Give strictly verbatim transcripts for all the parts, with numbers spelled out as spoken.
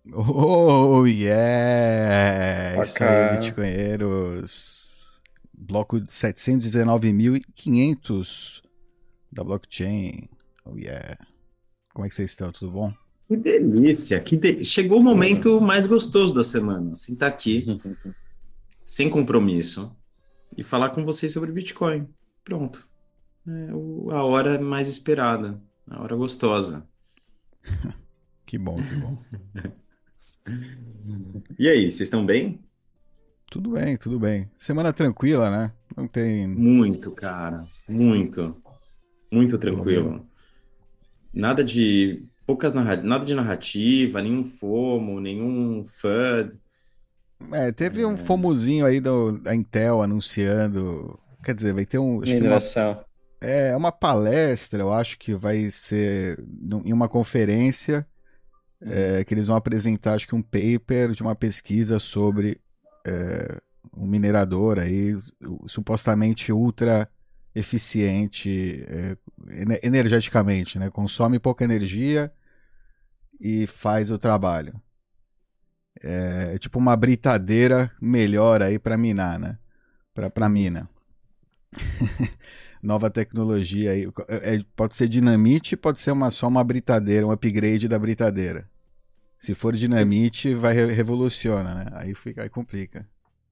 Oh, yeah! Isso aí, Bacana. Bitcoinheiros. Bloco de setecentos e dezenove mil e quinhentos da blockchain. Oh, yeah! Como é que vocês estão? Tudo bom? Que delícia! Que de- Chegou o momento mais gostoso da semana. Sentar aqui, sem compromisso, e falar com vocês sobre Bitcoin. Pronto. É o- a hora mais esperada, a hora gostosa. Que bom, que bom. E aí, vocês estão bem? Tudo bem, tudo bem. Semana tranquila, né? Não tem. Muito, cara. Muito. Muito Pelo menos. tranquilo. Nada de poucas narra... nada de narrativa, nenhum FOMO, nenhum FUD. É, teve um fomozinho aí do, da Intel anunciando. Quer dizer, vai ter um. Acho que uma. Mineração. É uma palestra, eu acho que vai ser num- em uma conferência Uhum. é, que eles vão apresentar, acho que um paper de uma pesquisa sobre é, um minerador aí, supostamente ultra eficiente é, energeticamente, né? Consome pouca energia e faz o trabalho. É tipo uma britadeira melhor aí para minar, né? Para para Uhum. mina. Nova tecnologia aí. É, pode ser dinamite, pode ser uma, só uma britadeira, um upgrade da britadeira. Se for Eu- dinamite, vai re- revoluciona, né? Aí fica, aí complica.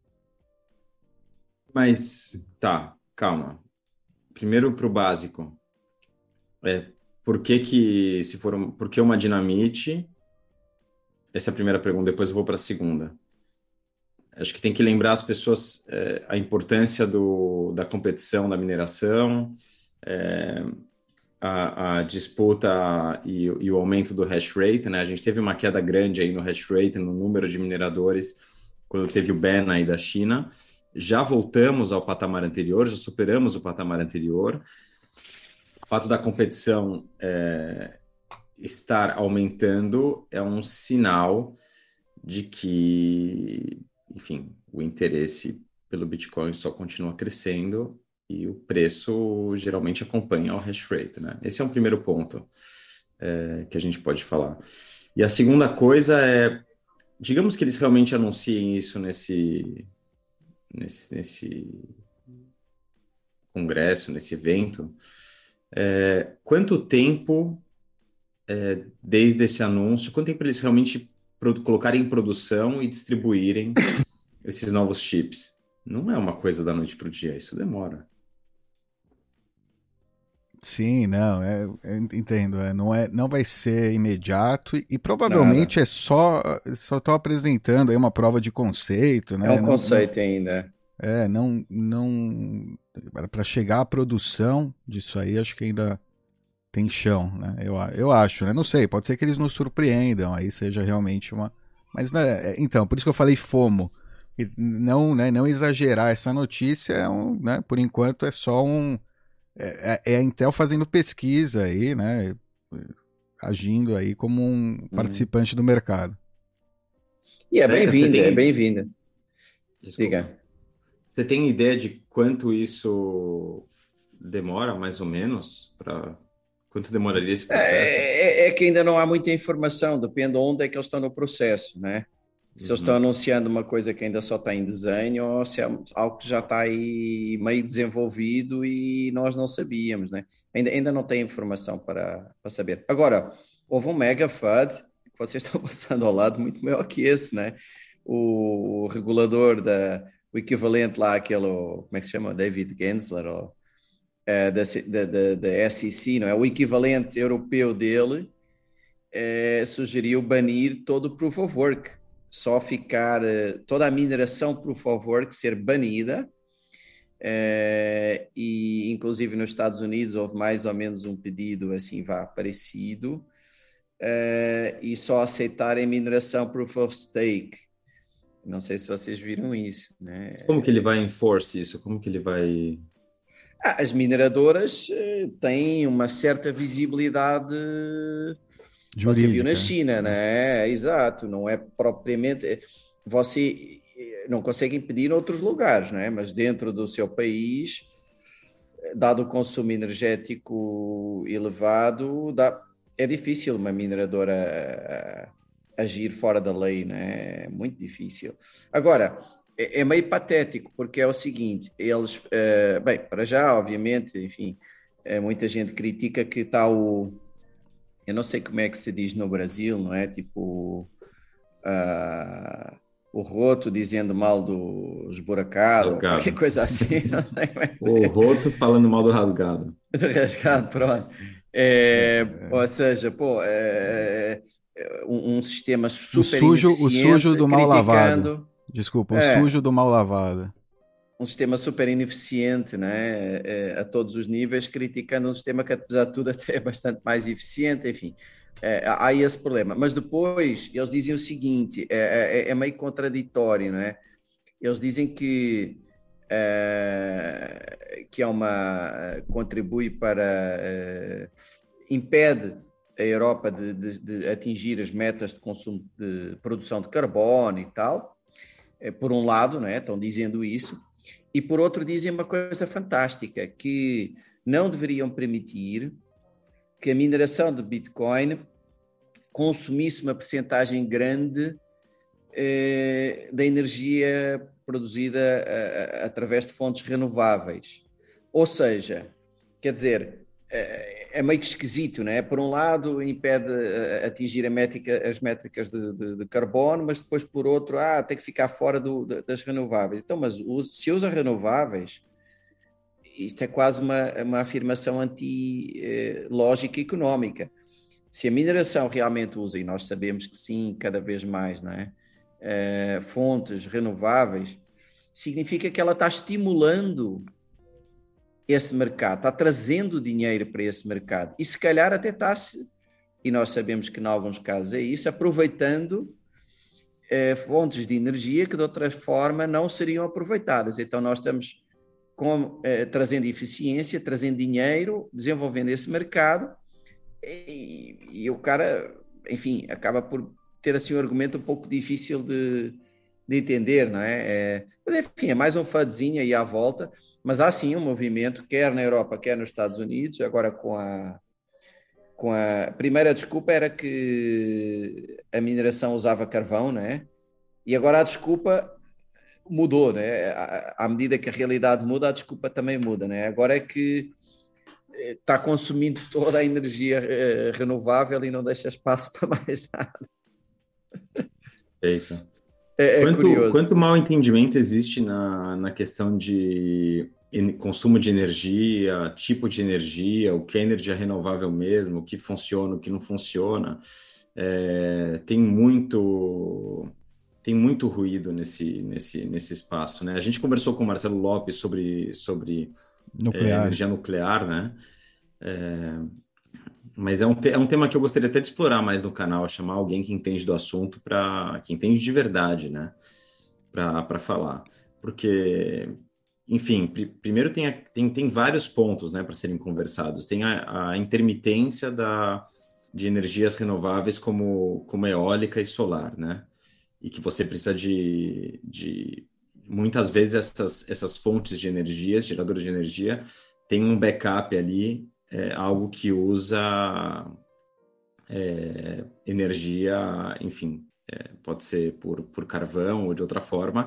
Mas tá, calma. Primeiro pro básico. É, por que que, se for um, por que uma dinamite? Essa é a primeira pergunta, depois eu vou para a segunda. Acho que tem que lembrar as pessoas é, a importância do, da competição da mineração, é, a, a disputa e, e o aumento do hash rate, né? A gente teve uma queda grande aí no hash rate, no número de mineradores, quando teve o ban aí da China. Já voltamos ao patamar anterior, já superamos o patamar anterior. O fato da competição é, estar aumentando é um sinal de que, enfim, o interesse pelo Bitcoin só continua crescendo e o preço geralmente acompanha o hash rate, né? Esse é um primeiro ponto é, que a gente pode falar. E a segunda coisa é, digamos que eles realmente anunciem isso nesse, nesse, nesse congresso, nesse evento, é, quanto tempo desde esse anúncio, quanto tempo eles realmente produ- colocarem em produção e distribuírem esses novos chips? Não é uma coisa da noite para o dia, isso demora. Sim, não, é, é, entendo. É, não, é, não vai ser imediato e, e Nada. provavelmente é só só estão apresentando aí uma prova de conceito, É né? um Não, não, conceito ainda. é, não, não para chegar à produção disso aí, acho que ainda tem chão, né? Eu, a- eu acho, né? Não sei, pode ser que eles nos surpreendam, aí seja realmente uma. Mas, né, é, então, por isso que eu falei FOMO. E não, né, não exagerar essa notícia, é um, né, por enquanto é só um. É, é é a Intel fazendo pesquisa aí, né? Agindo aí como um Uhum. participante do mercado. E é Né? É, você Você bem-vinda, é tem. bem-vinda. Desculpa. Diga. Você tem ideia de quanto isso demora, mais ou menos, para quanto demoraria esse processo? É, é- é que ainda não há muita informação, depende de onde é que eles estão no processo, né? Se eles estão Uhum. anunciando uma coisa que ainda só está em desenho ou se é algo que já está aí meio desenvolvido e nós não sabíamos, né? Ainda, ainda não tem informação para, para saber. Agora, houve um mega FUD que vocês estão passando ao lado muito maior que esse, né? O, o regulador da, o equivalente lá àquele, como é que se chama? David Gensler, ou eh, da, da, da, da S E C, não é? O equivalente europeu dele eh, sugeriu banir todo o Proof of Work, só ficar eh, toda a mineração Proof of Work ser banida. eh, e inclusive nos Estados Unidos houve mais ou menos um pedido assim vá parecido, eh, e só aceitarem mineração Proof of Stake. Não sei se vocês viram isso, né? Como que ele vai enforce isso? Como que ele vai... Ah, as mineradoras eh, têm uma certa visibilidade. Você viu na Jurídica. China, Né? né? É, exato, não é propriamente. Você não consegue impedir em outros lugares, não é? Mas dentro do seu país, dado o consumo energético elevado, dá, é difícil uma mineradora agir fora da lei, né? É muito difícil. Agora, é, é meio patético, porque é o seguinte, eles, uh, bem, para já, obviamente, enfim, uh, muita gente critica que está o, eu não sei como é que se diz no Brasil, não é? Tipo, uh, o roto dizendo mal do esburacado, ou qualquer Rasgado. coisa assim, não sei como é que O se roto falando mal do rasgado. do rasgado, pronto. É, ou seja, pô, é, é, um, um sistema O super sujo, o sujo ineficiente, do mal lavado. criticando, Desculpa, o é, sujo do mal lavado. um sistema super ineficiente, né? É, a todos os níveis, criticando um sistema que, apesar de tudo, até é bastante mais eficiente, enfim. É, há esse problema. Mas depois eles dizem o seguinte: é, é, é meio contraditório, não é? Eles dizem que, é, que é uma, contribui para, é, impede a Europa de, de, de atingir as metas de consumo de produção de carbono e tal, é, por um lado, não é? Estão dizendo isso, e por outro dizem uma coisa fantástica, que não deveriam permitir que a mineração de Bitcoin consumisse uma percentagem grande eh, da energia produzida a, a, através de fontes renováveis. Ou seja, quer dizer, é meio que esquisito, não é? Por um lado, impede atingir a métrica, as métricas de, de, de carbono, mas depois, por outro, ah, tem que ficar fora do, das renováveis. Então, mas se usa renováveis, isto é quase uma, uma afirmação anti-lógica económica. Se a mineração realmente usa, e nós sabemos que sim, cada vez mais, não é? Uh, fontes renováveis, significa que ela está estimulando esse mercado, está trazendo dinheiro para esse mercado e se calhar até está-se, e nós sabemos que em alguns casos é isso, aproveitando eh, fontes de energia que de outra forma não seriam aproveitadas. Então nós estamos com, eh, trazendo eficiência, trazendo dinheiro, desenvolvendo esse mercado e, e o cara, enfim, acaba por ter assim um argumento um pouco difícil de, de entender, não é? é? Mas enfim, é mais um fadezinho aí à volta. Mas há sim um movimento, quer na Europa, quer nos Estados Unidos, agora com a, com a primeira desculpa era que a mineração usava carvão, né? E agora a desculpa mudou, né? À, à medida que a realidade muda, a desculpa também muda, né? Agora é que está consumindo toda a energia eh, renovável e não deixa espaço para mais nada. Eita. É, é quanto, curioso. Quanto mal entendimento existe na, na questão de consumo de energia, tipo de energia, o que é energia renovável mesmo, o que funciona, o que não funciona. É, tem muito tem muito ruído nesse, nesse, nesse espaço, né? A gente conversou com o Marcelo Lopes sobre, sobre é, energia nuclear, né? É, mas é um, é um tema que eu gostaria até de explorar mais no canal, chamar alguém que entende do assunto, para que entende de verdade, né? Para falar. Porque, enfim, pr primeiro tem, a, tem, tem vários pontos, né, para serem conversados. Tem a, a intermitência da, de energias renováveis como, como eólica e solar, né? E que você precisa de... de muitas vezes essas, essas fontes de energia, geradores de energia, tem um backup ali, é, algo que usa é, energia, enfim, é, pode ser por, por carvão ou de outra forma,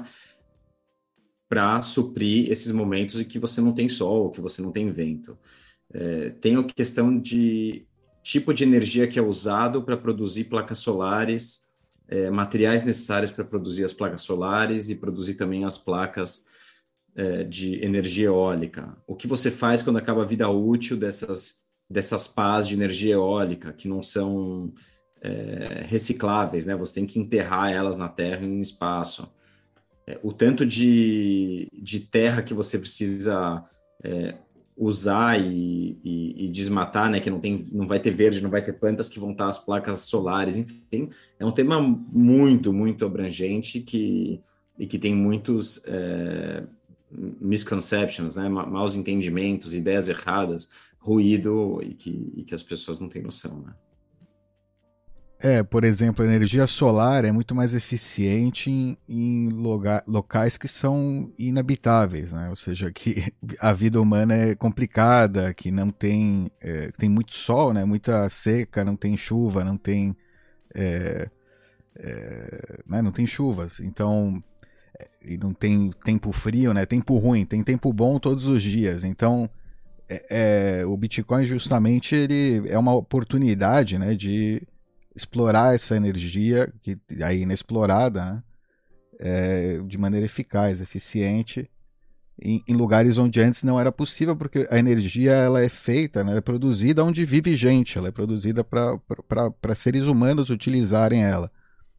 para suprir esses momentos em que você não tem sol, que você não tem vento. É, tem a questão de tipo de energia que é usado para produzir placas solares, é, materiais necessários para produzir as placas solares e produzir também as placas é, de energia eólica. O que você faz quando acaba a vida útil dessas, dessas pás de energia eólica, que não são é, recicláveis, né? Você tem que enterrar elas na terra em um espaço. É, o tanto de, de terra que você precisa é, usar e, e, e desmatar, né? Que não, tem, não vai ter verde, não vai ter plantas que vão estar as placas solares, enfim. É um tema muito, muito abrangente que, e que tem muitos é, misconceptions, né? Maus entendimentos, ideias erradas, ruído e que, e que as pessoas não têm noção, né? É, por exemplo, a energia solar é muito mais eficiente em, em loga, locais que são inabitáveis, né? Ou seja, que a vida humana é complicada, que não tem, é, tem muito sol, né? Muita seca, não tem chuva, não tem é, é, né, não tem chuvas, então e não tem tempo frio, né? Tempo ruim, tem tempo bom todos os dias. Então, é, é, o Bitcoin justamente ele é uma oportunidade, né, de explorar essa energia que aí inexplorada, né, é, de maneira eficaz, eficiente, em, em lugares onde antes não era possível, porque a energia ela é feita, né, ela é produzida onde vive gente, ela é produzida para seres humanos utilizarem ela.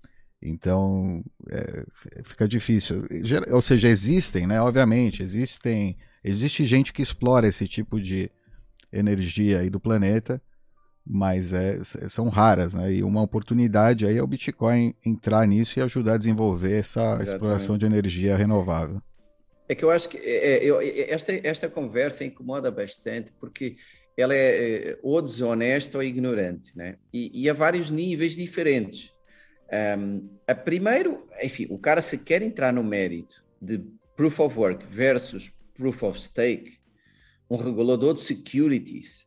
Então, é, fica difícil. Ou seja, existem, né? Obviamente, existem, existe gente que explora esse tipo de energia aí do planeta, mas é, são raras, né? E uma oportunidade aí é o Bitcoin entrar nisso e ajudar a desenvolver essa Exatamente. exploração de energia renovável. É que eu acho que é, é, esta, esta conversa incomoda bastante, porque ela é, é ou desonesta ou ignorante, né? E, e há vários níveis diferentes. Um, a primeiro, enfim, o cara se quer entrar no mérito de Proof of Work versus Proof of Stake, um regulador de securities,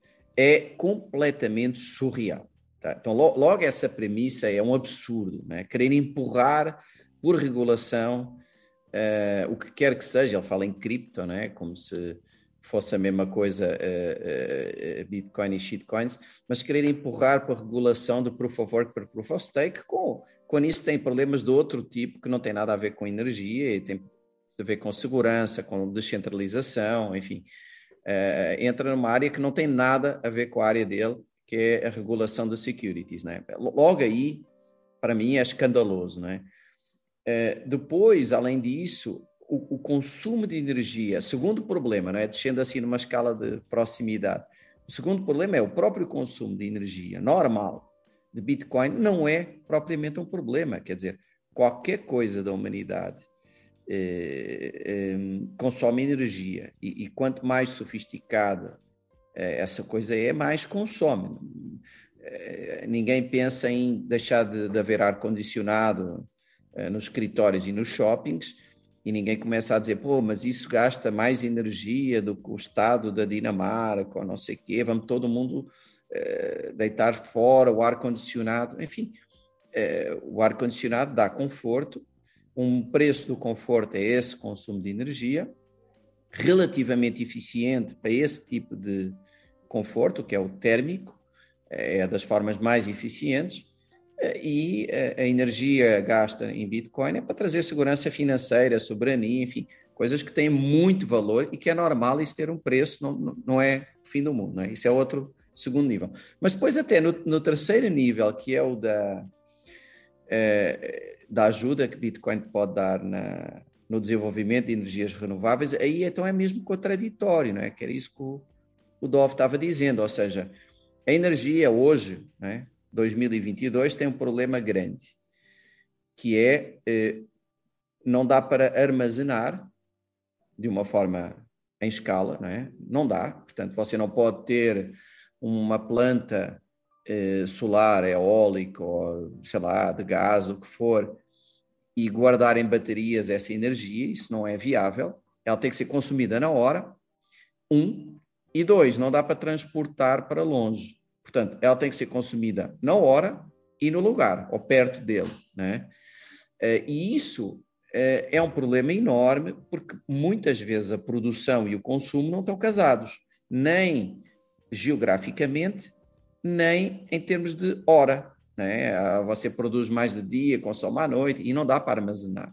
é completamente surreal. Tá? Então, lo, logo essa premissa é um absurdo, né? Querer empurrar por regulação uh, o que quer que seja. Ele fala em cripto, né? Como se fosse a mesma coisa uh, uh, Bitcoin e shitcoins, mas querer empurrar para a regulação do Proof of Work para Proof of Stake, com, com isso tem problemas de outro tipo que não tem nada a ver com energia, e tem a ver com segurança, com descentralização, enfim, uh, entra numa área que não tem nada a ver com a área dele, que é a regulação de securities, né? Logo aí, para mim, é escandaloso, né? Uh, depois, além disso, O, o consumo de energia, segundo problema, não é? Descendo assim numa escala de proximidade. O segundo problema é o próprio consumo de energia normal de Bitcoin não é propriamente um problema. Quer dizer, qualquer coisa da humanidade eh, eh, consome energia e, e quanto mais sofisticada eh, essa coisa é, mais consome. Eh, ninguém pensa em deixar de, de haver ar-condicionado eh, nos escritórios e nos shoppings, e ninguém começa a dizer, pô, mas isso gasta mais energia do que o estado da Dinamarca, ou não sei o quê, vamos todo mundo uh, deitar fora o ar-condicionado. Enfim, uh, o ar-condicionado dá conforto, um preço do conforto é esse consumo de energia, relativamente eficiente para esse tipo de conforto, que é o térmico, é das formas mais eficientes, e a energia gasta em Bitcoin é para trazer segurança financeira, soberania, enfim, coisas que têm muito valor e que é normal isso ter um preço, não, não é o fim do mundo, não é? Isso é outro segundo nível. Mas depois até no, no terceiro nível, que é o da, é, da ajuda que Bitcoin pode dar na, no desenvolvimento de energias renováveis, aí então é mesmo contraditório, não é? Que era isso que o, o Dov estava dizendo, ou seja, a energia hoje, não é? dois mil e vinte e dois tem um problema grande, que é eh, não dá para armazenar de uma forma em escala, não é? Não dá, portanto você não pode ter uma planta eh, solar, eólica ou sei lá, de gás, o que for, e guardar em baterias essa energia, isso não é viável, ela tem que ser consumida na hora, um, e dois, não dá para transportar para longe. Portanto, ela tem que ser consumida na hora e no lugar, ou perto dele, né? E isso é um problema enorme, porque muitas vezes a produção e o consumo não estão casados, nem geograficamente, nem em termos de hora, né? Você produz mais de dia, consome à noite, e não dá para armazenar.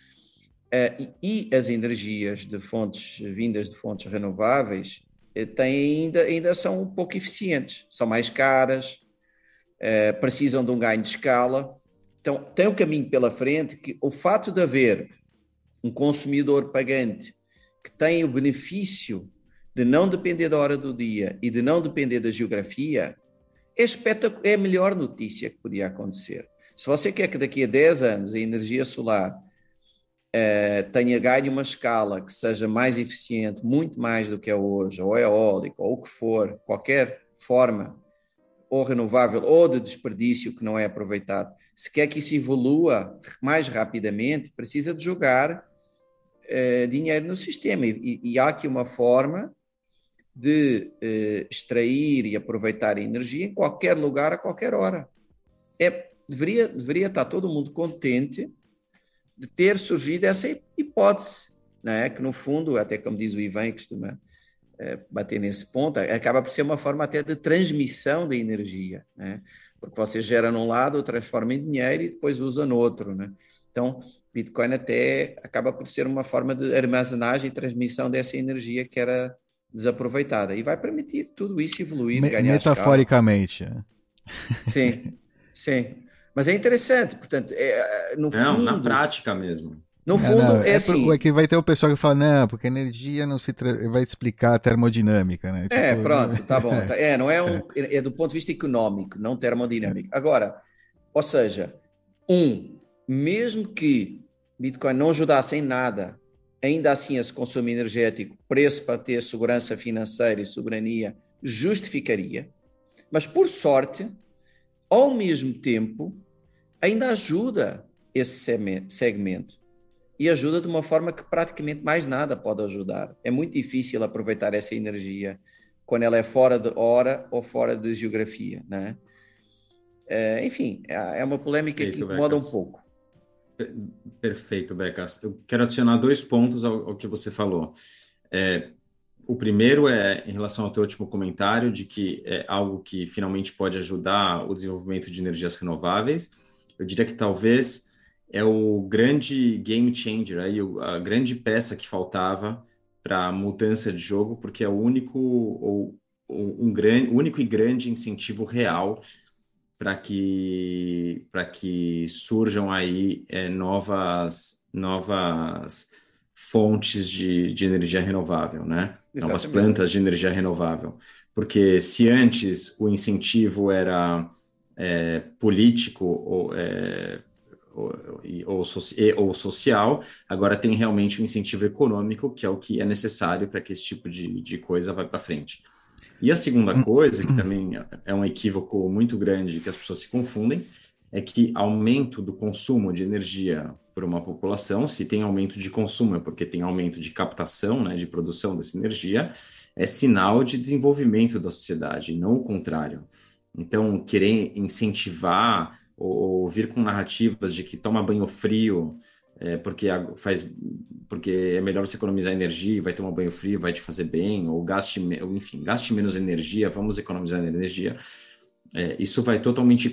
E as energias de fontes vindas de fontes renováveis têm ainda, ainda são um pouco eficientes, são mais caras, eh, precisam de um ganho de escala. Então, tem um caminho pela frente que o fato de haver um consumidor pagante que tem o benefício de não depender da hora do dia e de não depender da geografia é, espetac- é a melhor notícia que podia acontecer. Se você quer que daqui a dez anos a energia solar Uh, tenha ganho uma escala que seja mais eficiente, muito mais do que é hoje, ou eólica, ou o que for, qualquer forma, ou renovável, ou de desperdício que não é aproveitado, se quer que isso evolua mais rapidamente, precisa de jogar uh, dinheiro no sistema, e, e há aqui uma forma de uh, extrair e aproveitar a energia em qualquer lugar, a qualquer hora. É deveria, deveria estar todo mundo contente de ter surgido essa hipótese, não é? Que no fundo, até como diz o Ivan, que costuma é, bater nesse ponto, acaba por ser uma forma até de transmissão da energia, né? Porque você gera num lado, transforma em dinheiro e depois usa no outro, né? Então, Bitcoin até acaba por ser uma forma de armazenagem e transmissão dessa energia que era desaproveitada e vai permitir tudo isso evoluir, Me ganhar escala. metaforicamente. Né? Sim, sim. Mas é interessante, portanto, é, no Não, na fundo, prática mesmo. no Não, não, fundo é é, por, é assim, que vai ter o pessoal que fala, não, porque energia não se tra... vai explicar a termodinâmica, né? é, Tipo, pronto, tá bom. Tá- É, não é um, é do ponto de vista económico, não termodinâmico. Agora, ou seja, um, mesmo que Bitcoin não ajudasse em nada, ainda assim esse consumo energético, preço para ter segurança financeira e soberania, justificaria. Mas, por sorte, ao mesmo tempo, ainda ajuda esse segmento. E ajuda de uma forma que praticamente mais nada pode ajudar. É muito difícil aproveitar essa energia quando ela é fora de hora ou fora de geografia, né? É, enfim, é uma polêmica que Perfeito, incomoda um Becas. pouco. Perfeito, Becas. Eu quero adicionar dois pontos ao, ao que você falou. É, o primeiro é em relação ao teu último comentário, de que é algo que finalmente pode ajudar o desenvolvimento de energias renováveis. Eu diria que talvez é o grande game changer, aí, a grande peça que faltava para a mudança de jogo, porque é o único, ou, um grande, único e grande incentivo real para que, para que surjam aí é, novas, novas fontes de, de energia renovável, né? Novas Exatamente. plantas de energia renovável. Porque se antes o incentivo era é, político ou, é, ou, ou, ou social, agora tem realmente um incentivo econômico, que é o que é necessário para que esse tipo de, de coisa vá para frente. E a segunda coisa, que também é um equívoco muito grande, que as pessoas se confundem, é que aumento do consumo de energia por uma população, se tem aumento de consumo é porque tem aumento de captação, né, de produção dessa energia, é sinal de desenvolvimento da sociedade, não o contrário. Então, querer incentivar ou, ou vir com narrativas de que toma banho frio, é, porque faz, porque é melhor você economizar energia, vai tomar banho frio, vai te fazer bem, ou gaste, ou, enfim, gaste menos energia, vamos economizar energia. É, isso vai totalmente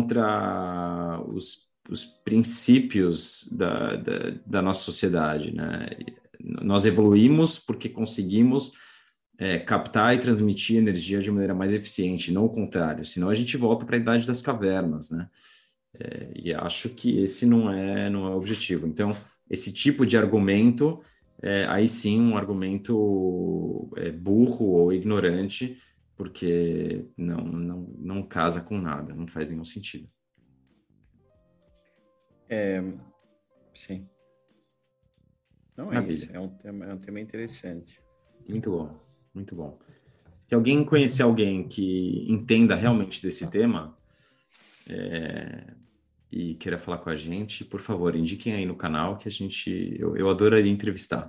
contra os, os princípios da, da, da nossa sociedade, né? Nós evoluímos porque conseguimos é, captar e transmitir energia de maneira mais eficiente, não o contrário, senão a gente volta para a idade das cavernas, né? É, e acho que esse não é, não é o objetivo. Então, esse tipo de argumento, é, aí sim, um argumento é, burro ou ignorante, porque não, não, não casa com nada, não faz nenhum sentido. É, sim. Não é Maravilha. isso, é um tema, é um tema interessante. Muito bom, muito bom. Se alguém conhecer alguém que entenda realmente desse tema, é, e queira falar com a gente, por favor, indiquem aí no canal que a gente, eu, eu adoraria entrevistar.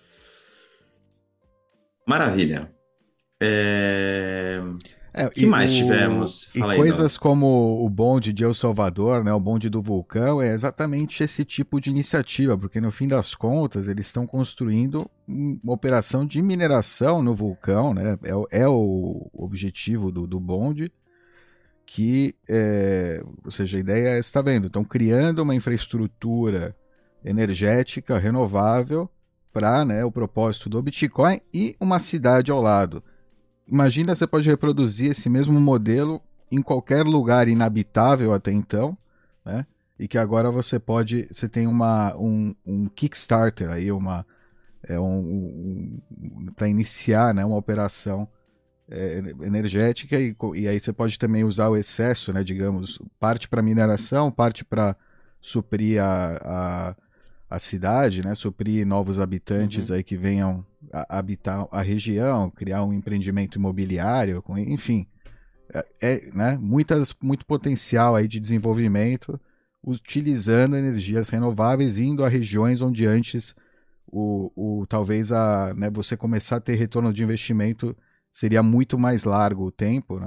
Maravilha. É... É, que e, mais o, tivemos? e Fala aí, Dó. coisas como o bonde de El Salvador, né, o bonde do vulcão, é exatamente esse tipo de iniciativa, porque no fim das contas eles estão construindo uma operação de mineração no vulcão, né, é, é o objetivo do, do bonde, que, é, ou seja, a ideia é, você está vendo, estão criando uma infraestrutura energética renovável para, né, o propósito do Bitcoin e uma cidade ao lado. Imagina, você pode reproduzir esse mesmo modelo em qualquer lugar inabitável até então, né? E que agora você pode, você tem uma, um, um Kickstarter aí, uma, é um, um, um para iniciar, né, uma operação é, energética e, e aí você pode também usar o excesso, né, digamos, parte para mineração, parte para suprir a, a, a cidade, né, suprir novos habitantes Uhum. Uhum. aí que venham a, habitar a região, criar um empreendimento imobiliário, com, enfim, é, é, né, muitas, muito potencial aí de desenvolvimento utilizando energias renováveis, indo a regiões onde antes o, o talvez a, né, você começar a ter retorno de investimento seria muito mais largo o tempo, né?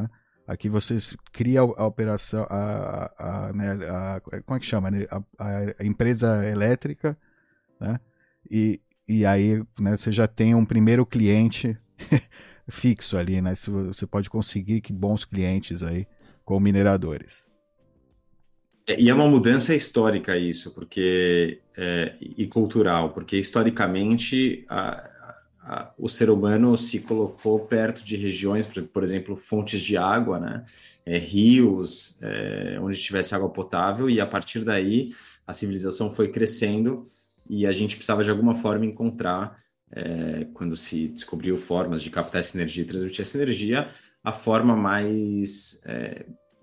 Aqui você cria a operação, a, a, né, a, como é que chama? A, a empresa elétrica, né? E, e aí, né, você já tem um primeiro cliente fixo ali, né? Você pode conseguir que bons clientes aí com mineradores. E é uma mudança histórica isso, porque é, e cultural, porque historicamente a, a, o ser humano se colocou perto de regiões, por, por exemplo, fontes de água, né? É, rios, é, onde tivesse água potável, e a partir daí a civilização foi crescendo e a gente precisava de alguma forma encontrar, é, quando se descobriu formas de captar essa energia e transmitir essa energia, a forma mais é,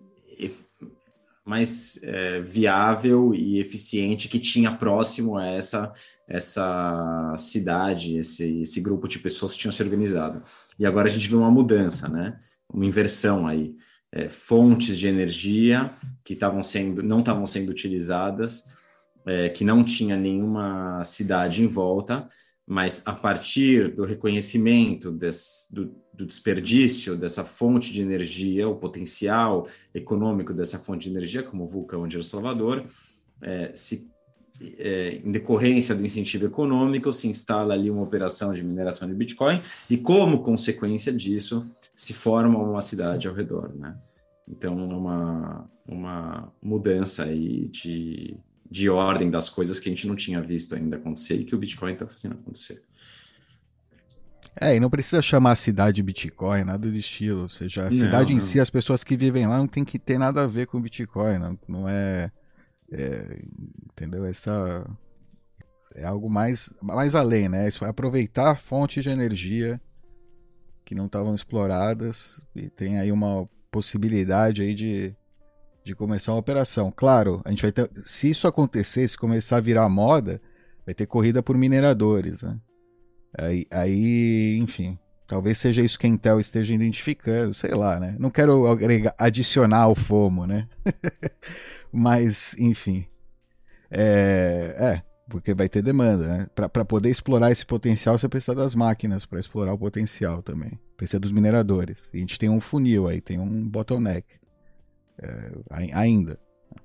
mais é, viável e eficiente que tinha próximo a essa, essa cidade, esse, esse grupo de pessoas que tinham se organizado. E agora a gente vê uma mudança, né? Uma inversão aí. É, fontes de energia que estavam sendo, não estavam sendo utilizadas, é, que não tinha nenhuma cidade em volta, mas a partir do reconhecimento des, do, do desperdício dessa fonte de energia, o potencial econômico dessa fonte de energia, como o vulcão de El Salvador, é, se, é, em decorrência do incentivo econômico, se instala ali uma operação de mineração de Bitcoin e, como consequência disso, se forma uma cidade ao redor, né? Então, uma, uma mudança aí de, de ordem das coisas que a gente não tinha visto ainda acontecer e que o Bitcoin está fazendo acontecer. É, e não precisa chamar a cidade Bitcoin, nada do estilo. Ou seja, a Não, cidade em não. si, as pessoas que vivem lá não tem que ter nada a ver com Bitcoin. Não, não é, é. Entendeu? Essa. É algo mais, mais além, né? Isso é aproveitar fontes de energia que não estavam exploradas e tem aí uma possibilidade aí de, de começar uma operação. Claro, a gente vai ter, se isso acontecer, se começar a virar moda, vai ter corrida por mineradores, né? Aí, aí, enfim, talvez seja isso que a Intel esteja identificando, sei lá, né? Não quero agregar, adicionar ao FOMO, né? Mas, enfim, é, é, porque vai ter demanda, né? Para poder explorar esse potencial, você precisa das máquinas para explorar o potencial também. Precisa dos mineradores. E a gente tem um funil aí, tem um bottleneck. É, ainda.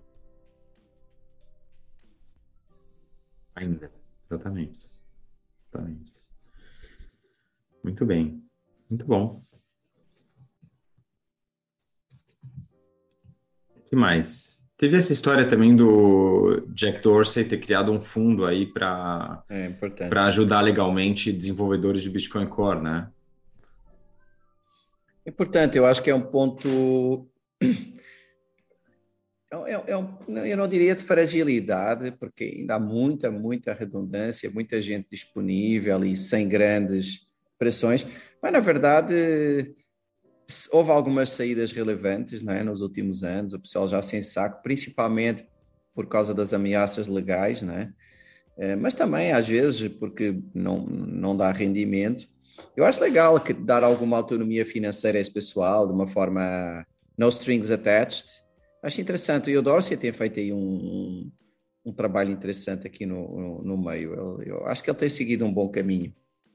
Ainda, exatamente. Exatamente. Muito bem, muito bom. O que mais? Teve essa história também do Jack Dorsey ter criado um fundo aí para É importante. para ajudar legalmente desenvolvedores de Bitcoin Core, né? Importante, eu acho que é um ponto. É, é, é um, eu não diria de fragilidade, porque ainda há muita, muita redundância, muita gente disponível e sem grandes pressões, mas na verdade houve algumas saídas relevantes, não é, nos últimos anos, o pessoal já sem saco, principalmente por causa das ameaças legais, não é? Mas também às vezes porque não, não dá rendimento. Eu acho legal que dar alguma autonomia financeira a esse pessoal, de uma forma no strings attached. Acho interessante. E o Dorsey tem feito aí um, um trabalho interessante aqui no, no, no meio. Eu, eu acho que ele tem seguido um bom caminho.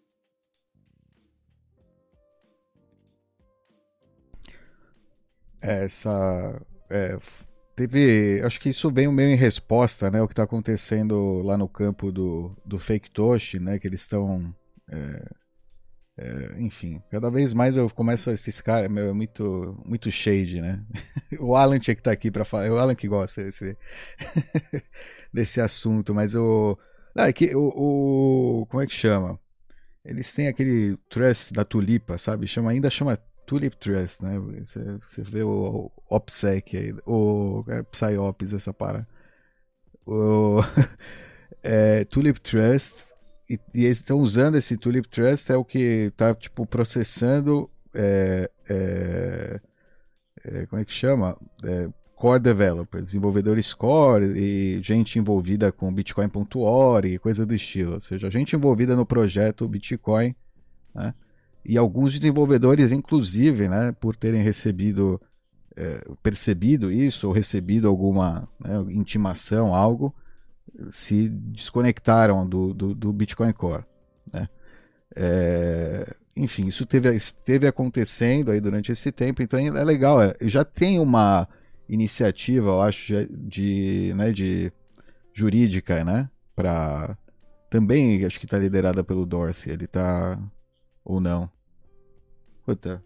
Essa. É, teve. Acho que isso veio meio em resposta, né? O que está acontecendo lá no campo do, do Fake Toshi, né? Que eles estão. É, é, enfim, cada vez mais eu começo a esses caras, meu, é muito, muito shade, né? O Alan tinha que estar aqui para falar, é o Alan que gosta desse, desse assunto, mas o, ah, é que, o, o, como é que chama? Eles têm aquele trust da tulipa, sabe? Chama, ainda chama Tulip Trust, né? Você, você vê o, o OPSEC aí, o é, PsyOps, essa para. O é, Tulip Trust. E, e eles estão usando esse Tulip Trust, é o que está tipo, processando. É, é, é, como é que chama? É, core developers, desenvolvedores core e gente envolvida com Bitcoin ponto org e coisa do estilo. Ou seja, gente envolvida no projeto Bitcoin, né? E alguns desenvolvedores, inclusive, né, por terem recebido, é, percebido isso ou recebido alguma, né, intimação, algo, se desconectaram do, do, do Bitcoin Core, né? É, enfim, isso teve, esteve acontecendo aí durante esse tempo, então é legal. É, já tem uma iniciativa, eu acho, de, né, de jurídica, né? Pra, também acho que está liderada pelo Dorsey. Ele está ou não? Puta.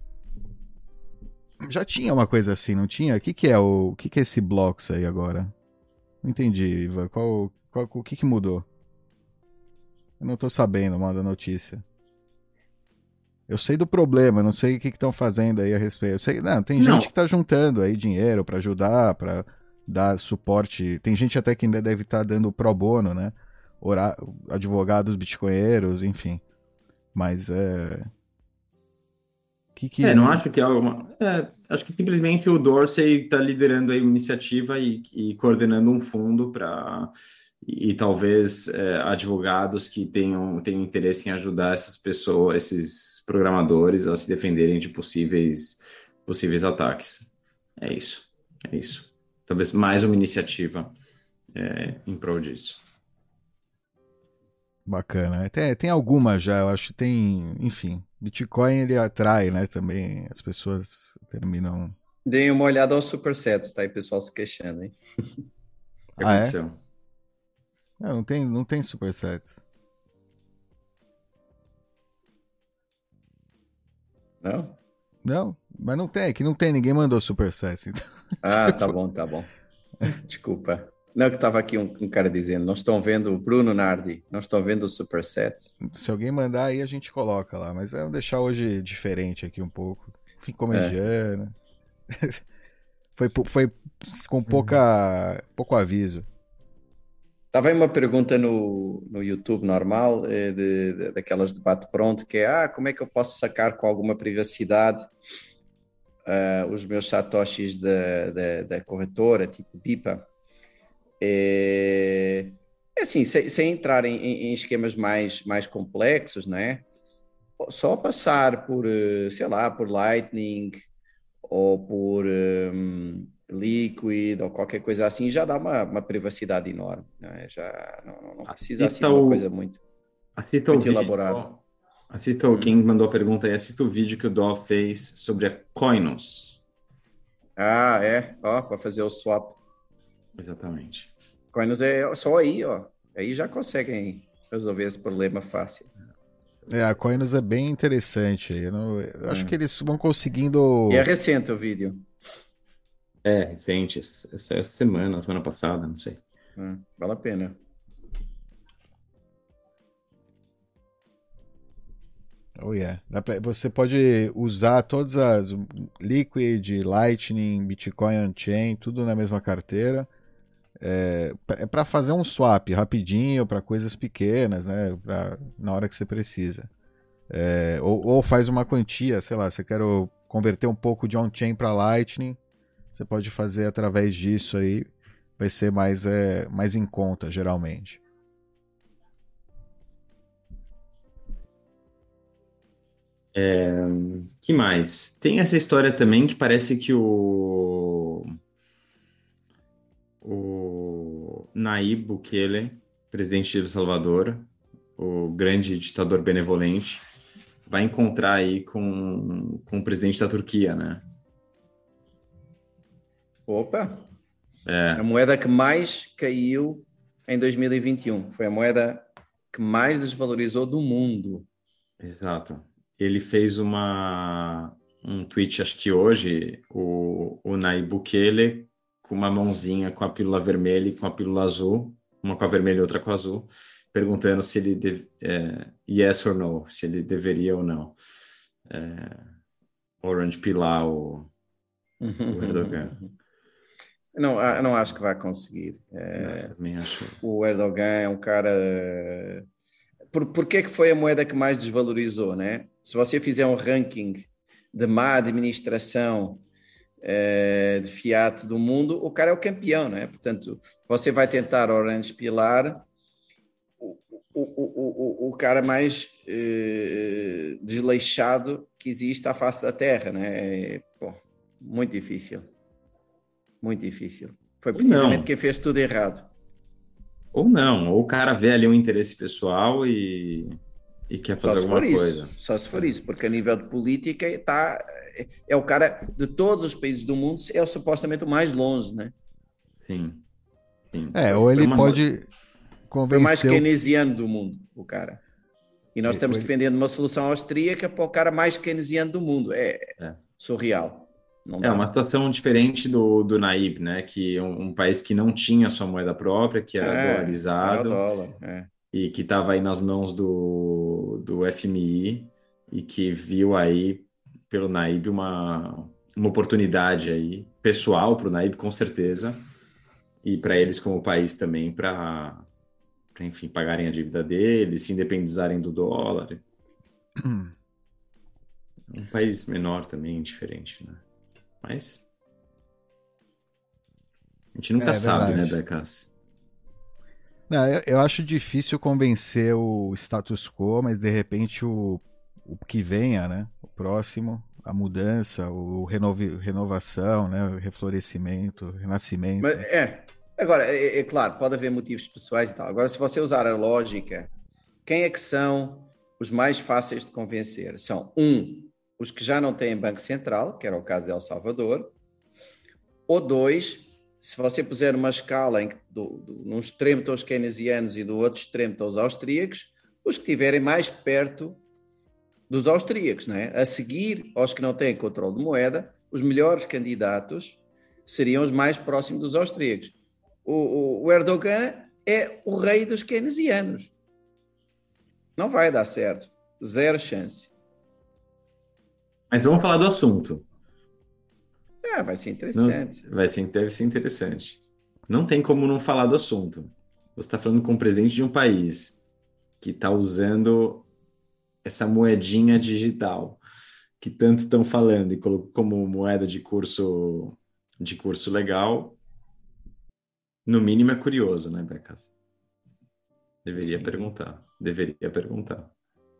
Já tinha uma coisa assim, não tinha? O que, que é o, o que, que é esse Blocks aí agora? Não entendi, Ivan. Qual, qual, o que, que mudou? Eu não tô sabendo, manda notícia. Eu sei do problema, não sei o que estão fazendo aí a respeito. Eu sei, não, tem Não. gente que tá juntando aí dinheiro para ajudar, para dar suporte. Tem gente até que ainda deve estar dando pro bono, né? Ora, advogados bitcoinheiros, enfim. Mas é. Que que É, não acho que é alguma. É, acho que simplesmente o Dorsey está liderando aí uma iniciativa e, e coordenando um fundo para. E, e talvez é, advogados que tenham, tenham interesse em ajudar essas pessoas, esses programadores a se defenderem de possíveis, possíveis ataques. É isso. É isso. Talvez mais uma iniciativa é, em prol disso. Bacana. Tem, tem alguma já, eu acho que tem, enfim, Bitcoin ele atrai, né, também as pessoas terminam... Deem uma olhada aos supersets, tá aí pessoal se queixando, hein? O que Ah, é? aconteceu? Não, não tem, não tem superset. Não? Não, mas não tem, que não tem, ninguém mandou superset. Então, Ah, tá bom, tá bom. Desculpa. Não, que estava aqui um, um cara dizendo, não estão vendo o Bruno Nardi, não estão vendo o supersets. se alguém mandar aí a gente coloca lá, mas é deixar hoje diferente aqui um pouco. Fico É. mediano. foi, pou- foi com pouca, pouco aviso. Estava aí uma pergunta no, no YouTube normal, eh, de, de- daquelas de bate-pronto, que é, ah, como é que eu posso sacar com alguma privacidade ah, os meus satoshis da, da, da corretora, tipo BIPA? É, é assim, sem, sem entrar em, em- em esquemas mais, mais complexos, não é? Só passar por, eh, sei lá, por Lightning ou por hum, Liquid ou qualquer coisa assim, já dá uma, uma privacidade enorme, não é? Já não, não- não precisa assim de Assista uma o, coisa muito, assista o muito vídeo. elaborada. Assista o, quem Hum. mandou a pergunta aí, assista o vídeo que o Dó fez sobre a Coinos. Ah, é, ó, para fazer o swap. Exatamente. Coinus é só aí, ó. Aí já conseguem resolver esse problema fácil. É, a Coinus é bem interessante. Eu, não- eu acho É. que eles vão conseguindo. E é recente o vídeo. É, recente, essa essa semana, semana passada, não sei. É, vale a pena. Oh, yeah. Dá pra- você pode usar todas as Liquid, Lightning, Bitcoin on-chain, tudo na mesma carteira. É, é para fazer um swap rapidinho para coisas pequenas, né? Pra, na hora que você precisa. É, ou, ou faz uma quantia, sei lá, você quer converter um pouco de on-chain para Lightning, você pode fazer através disso aí, vai ser mais, é, mais em conta, geralmente. Que mais? Tem essa história também que parece que o, o Nayib Bukele, presidente de El Salvador, o grande ditador benevolente, vai encontrar aí com, com o presidente da Turquia, né? Opa! É, A moeda que mais caiu em dois mil e vinte e um. Foi a moeda que mais desvalorizou do mundo. exato. Ele fez uma, um tweet, acho que hoje, o, o Nayib Bukele, com uma mãozinha com a pílula vermelha e com a pílula azul, uma com a vermelha e outra com a azul, perguntando se ele, deve, é, yes or no, se ele deveria ou não. É, orange pilar o, o Erdogan. Não, ah, não acho que vai conseguir. É, também acho. O Erdogan é um cara. Por, por que é que foi a moeda que mais desvalorizou, né? Se você fizer um ranking de má administração eh, de fiat do mundo, o cara é o campeão, né? Portanto, você vai tentar Orange Pilar, o, o, o, o, o cara mais eh, desleixado que existe à face da Terra, né? É, bom, muito difícil. Muito difícil. Foi precisamente Não. quem fez tudo errado. Ou não, ou o cara vê ali um interesse pessoal e, e quer Só fazer se alguma for coisa. isso, só se for isso, porque a nível de política está, é, é o cara de todos os países do mundo, é o, supostamente o mais longe, né? Sim, sim. É, Foi, ou foi ele uma pode Foi o mais convencer o... keynesiano do mundo, o cara. E nós é, ou estamos ele- defendendo uma solução austríaca para o cara mais keynesiano do mundo. É é. surreal. Não É uma dá. situação diferente do, do Naib, né? Que é um, um país que não tinha sua moeda própria, que era É, era o dolarizado dólar. É. e que estava aí nas mãos do, do F M I e que viu aí pelo Naib uma, uma oportunidade aí pessoal para o Naib, com certeza, e para eles como país também para, enfim, pagarem a dívida deles, se independizarem do dólar. Um país menor também, diferente, né? Mas a gente nunca É sabe, né, verdade. Becas? Não, eu, eu acho difícil convencer o status quo, mas de repente o, o que venha, né? O próximo, a mudança, o renovi, renovação, né? O reflorescimento, renascimento. Mas é. Agora, é, é claro, pode haver motivos pessoais e tal. Agora, se você usar a lógica, quem é que são os mais fáceis de convencer? São, um, os que já não têm banco central, que era o caso de El Salvador, ou dois, se você puser uma escala em que do, do, num extremo estão os keynesianos e do outro extremo estão os austríacos, os que estiverem mais perto dos austríacos, não é? A seguir aos que não têm controle de moeda, os melhores candidatos seriam os mais próximos dos austríacos. O, o, o Erdogan é o rei dos keynesianos. Não vai dar certo. Zero chance. Mas vamos falar do assunto. Ah, vai ser Não, interessante. vai ser, deve ser interessante. Não tem como não falar do assunto. Você está falando com o presidente de um país que está usando essa moedinha digital que tanto estão falando e colocou como moeda de curso de curso legal. No mínimo é curioso, né, Becas? Deveria Sim. perguntar. Deveria perguntar.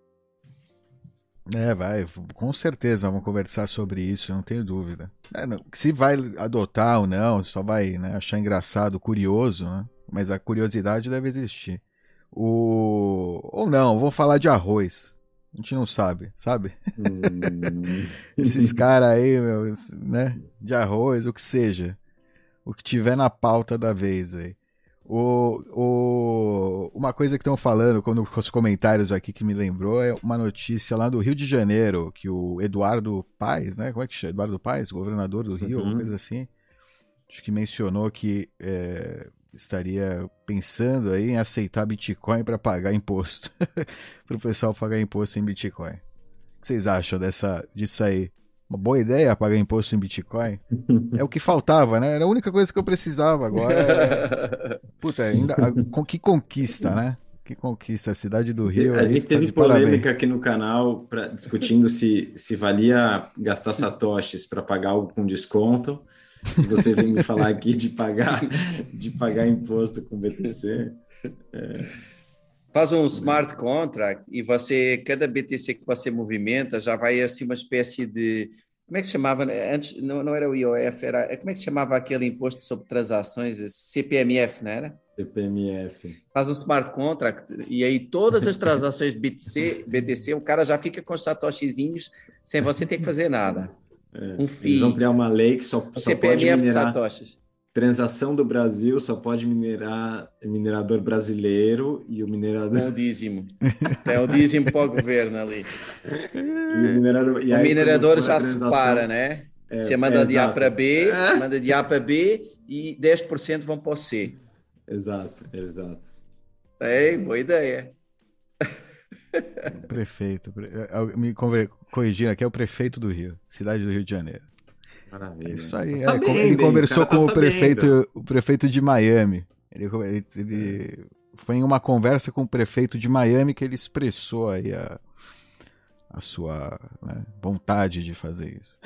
É, vai, com certeza vamos conversar sobre isso, não tenho dúvida. É, não, se vai adotar ou não, só vai, né, achar engraçado, curioso, né? Mas a curiosidade deve existir. O... Ou não, vou falar de arroz. A gente não sabe, sabe? Hum. Esses caras aí, meu, né? De arroz, o que seja. O que tiver na pauta da vez aí. O, o, uma coisa que estão falando, quando os comentários aqui que me lembrou, é uma notícia lá do Rio de Janeiro, que o Eduardo Paes, né? Como é que chama? Eduardo Paes, governador do Rio, alguma Uhum. coisa assim. Acho que mencionou que é, estaria pensando aí em aceitar Bitcoin para pagar imposto. Para o pessoal pagar imposto em Bitcoin. O que vocês acham dessa, disso aí? Uma boa ideia pagar imposto em Bitcoin? É o que faltava, né? Era a única coisa que eu precisava. Agora é. Puta, ainda. A, com, que conquista, né? Que conquista. A cidade do Rio A aí gente tá teve de parabéns. polêmica aqui no canal pra, discutindo se, se valia gastar satoshis para pagar algo com desconto. E você vem me falar aqui de pagar, de pagar imposto com B T C. É, Faz um smart contract e você, cada B T C que você movimenta, já vai assim uma espécie de. Como é que se chamava? Antes não, não era o I O F, era. Como é que se chamava aquele imposto sobre transações? C P M F, não era? C P M F. Faz um smart contract e aí todas as transações de B T C, B T C, o cara já fica com os satoshizinhos sem você ter que fazer nada. É, Um eles vão FII. criar uma lei que só, Um só pode C P M F de minerar. satoshis. Transação do Brasil só pode minerar minerador brasileiro e o minerador. Com o dízimo. Tem o dízimo para o governo ali. E o minerador. E O aí, quando minerador for a já separa, transação. né? É, Você é, manda de A exato. para B, É. manda de A para B e dez por cento vão para o C. Exato, exato. É, boa ideia. Prefeito. pre- eh, Me conver- corrigindo aqui, é o prefeito do Rio, cidade do Rio de Janeiro. É Maravilha. isso aí. Tá É, com- ele sabendo, hein? O conversou cara tá com o sabendo. prefeito, o prefeito de Miami. Ele, ele- ele foi em uma conversa com o prefeito de Miami que ele expressou aí a, a sua, né, vontade de fazer isso.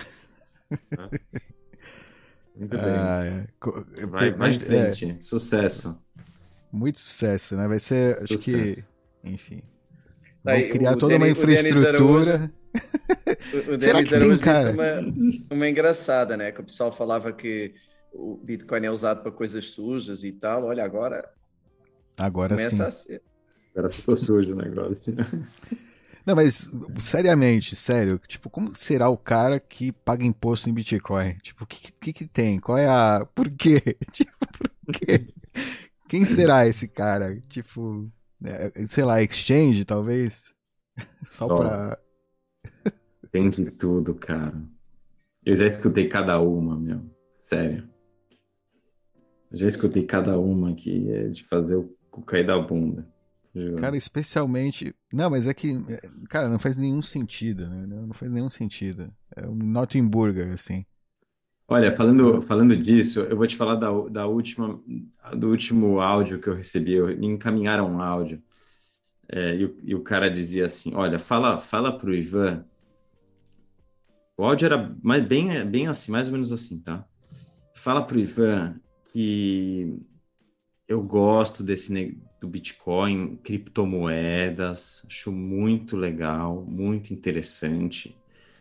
Muito bem. Ah, é. Co- Vai, te- vai mas, em frente. Sucesso. é, muito sucesso, né? Vai ser, acho que, Sucesso. enfim, vão Aí, criar o toda uma Denis, o Denis Araújo, infraestrutura. o, o Será Denis que tem, Araújo disse cara? uma, uma engraçada, né? Que o pessoal falava que o Bitcoin é usado para coisas sujas e tal. Olha, agora Agora sim. começa a ser. Agora ficou sujo o negócio. Não, mas seriamente, sério, tipo, como será o cara que paga imposto em Bitcoin? Tipo, o que, que que tem? Qual é a... Por quê? Tipo, por quê? Quem será esse cara? Tipo, é, sei lá, exchange, talvez? Só Ó, pra... tem de tudo, cara. Eu já escutei cada uma, meu. Sério. Eu já escutei cada uma aqui, é de fazer o cu cair da bunda. Cara, Juro. especialmente... Não, mas é que, é, cara, não faz nenhum sentido, né? Não faz nenhum sentido. É um Nothing Burger, assim. Olha, falando, Eu... falando disso, eu vou te falar da, da última, do último áudio que eu recebi. Eu, me encaminharam um áudio, é, e, o, e o cara dizia assim: Olha, fala, fala pro Ivan. O áudio era mais, bem, bem assim, mais ou menos assim, tá? Fala pro Ivan que eu gosto desse ne- do Bitcoin, criptomoedas, acho muito legal, muito interessante.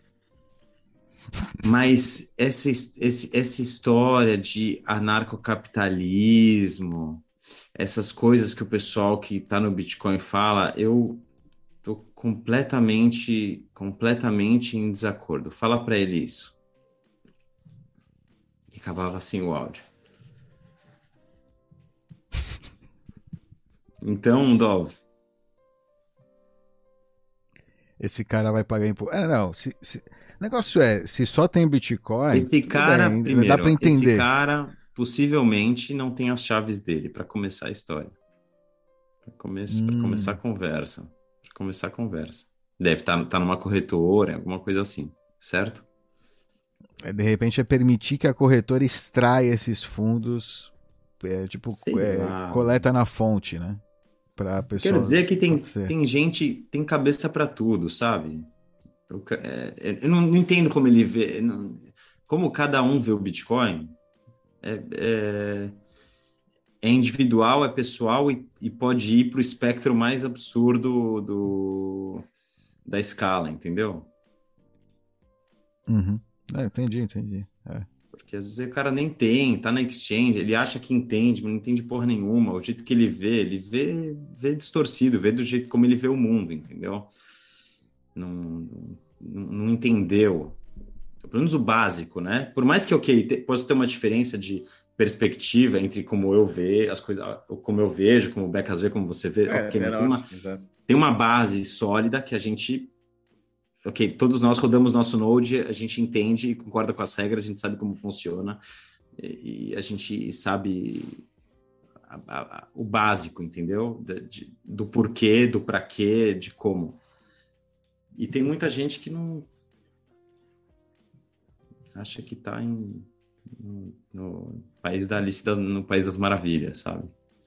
Mas essa, his- esse, essa história de anarcocapitalismo, essas coisas que o pessoal que está no Bitcoin fala, eu tô completamente, completamente em desacordo. Fala para ele isso. E acabava assim o áudio. Então, Dov, Esse cara vai pagar imposto. É, não, se, se... O negócio é, se só tem Bitcoin, esse tudo cara, bem, dá pra primeiro, esse entender. cara possivelmente não tem as chaves dele para começar a história, para come para começar a Hum, conversa, para começar a conversa. Deve estar tá, tá numa corretora, alguma coisa assim, certo? é, de repente é permitir que a corretora extraia esses fundos, é, tipo, Sei é, lá. coleta na fonte, né? Pra Eu quero pessoa. dizer que Pode tem, ser. tem gente, tem cabeça para tudo, sabe? Eu, ca- é, é, eu não, não entendo como ele vê, não- como cada um vê o Bitcoin. É, é, é individual, é pessoal e, e pode ir para o espectro mais absurdo do, da escala, entendeu? Uhum. É, entendi, entendi. É. Porque às vezes o cara nem tem, tá na exchange, ele acha que entende, mas não entende porra nenhuma. O jeito que ele vê, ele vê, vê distorcido, vê do jeito como ele vê o mundo, entendeu? Não, não, não entendeu. Pelo menos o básico, né? Por mais que, ok, te, possa ter uma diferença de perspectiva entre como eu vejo as coisas, como eu vejo, como o Becas vê, como você vê, É, ok, até mas tem uma, nós, exato. tem uma base sólida que a gente, ok, todos nós rodamos nosso Node, a gente entende e concorda com as regras, a gente sabe como funciona e, e a gente sabe a, a, a, o básico, entendeu? De, de, do porquê, do para quê, de como. E tem muita gente que não acha que está em no, no país da Alice da, no País das Maravilhas, sabe?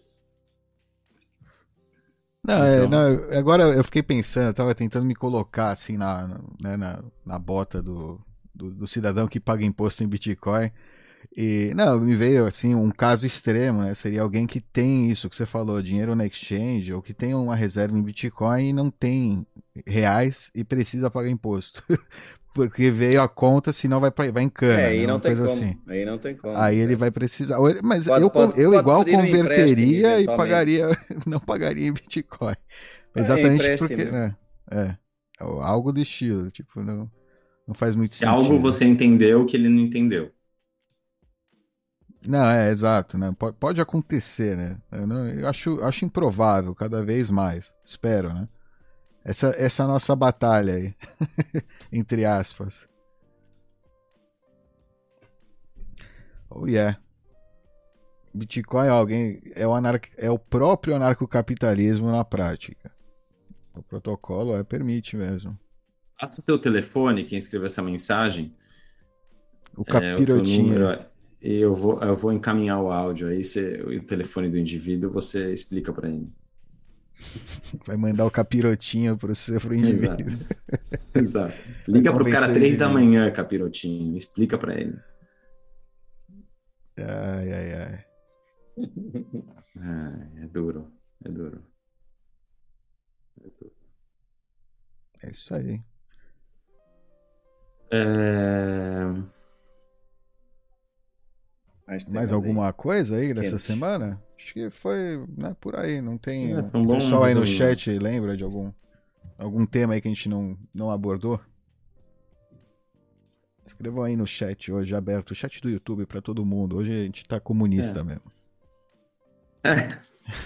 Não, é, Então, não, agora eu fiquei pensando, eu tava tentando me colocar assim na, né, na, na bota do, do, do cidadão que paga imposto em Bitcoin. E, não, me veio assim um caso extremo, né? Seria alguém que tem isso que você falou, dinheiro na exchange, ou que tem uma reserva em Bitcoin e não tem reais e precisa pagar imposto. Porque veio a conta, senão vai, pra, vai em É, cana, aí né? não Uma tem coisa assim. como, aí não tem como, Aí ele exato. vai precisar. ou ele- Mas eu, Pode, con- pode, eu pode igual pedir um empréstimo, converteria e eventualmente. pagaria, não pagaria em Bitcoin. É, Exatamente porque, empréstimo. né? É, algo do estilo, tipo, não, não faz muito se algo sentido. você entendeu que ele não entendeu. Não, é, exato, né? Pode, pode acontecer, né? Eu, não- eu acho, acho improvável, cada vez mais. Espero, né? Essa, essa é a nossa batalha aí, entre aspas. Oh yeah. Bitcoin é alguém é o, anar, é o próprio anarcocapitalismo na prática. O protocolo é permite mesmo. Passa o seu telefone, quem escreveu essa mensagem, O é o teu número, capirotinha e eu vou, eu vou encaminhar o áudio aí, você, o telefone do indivíduo, você explica para ele. vai mandar o capirotinho pro seu pro Exato, indivíduo. exato. Vai Liga pro cara convencer o três da indivíduo. manhã, capirotinho, explica para ele. Ai, ai, ai. Ah, é duro, é duro. É duro. É isso aí. É... Mais Mais temas aí alguma coisa aí dessa quentes. semana? Acho que foi, né, por aí. Não tem. É, O foi um bom pessoal aí no resuminho. chat lembra de algum Algum tema aí que a gente não, não abordou? Escrevam aí no chat hoje, aberto, o chat do YouTube para todo mundo. Hoje a gente tá comunista É. mesmo. É,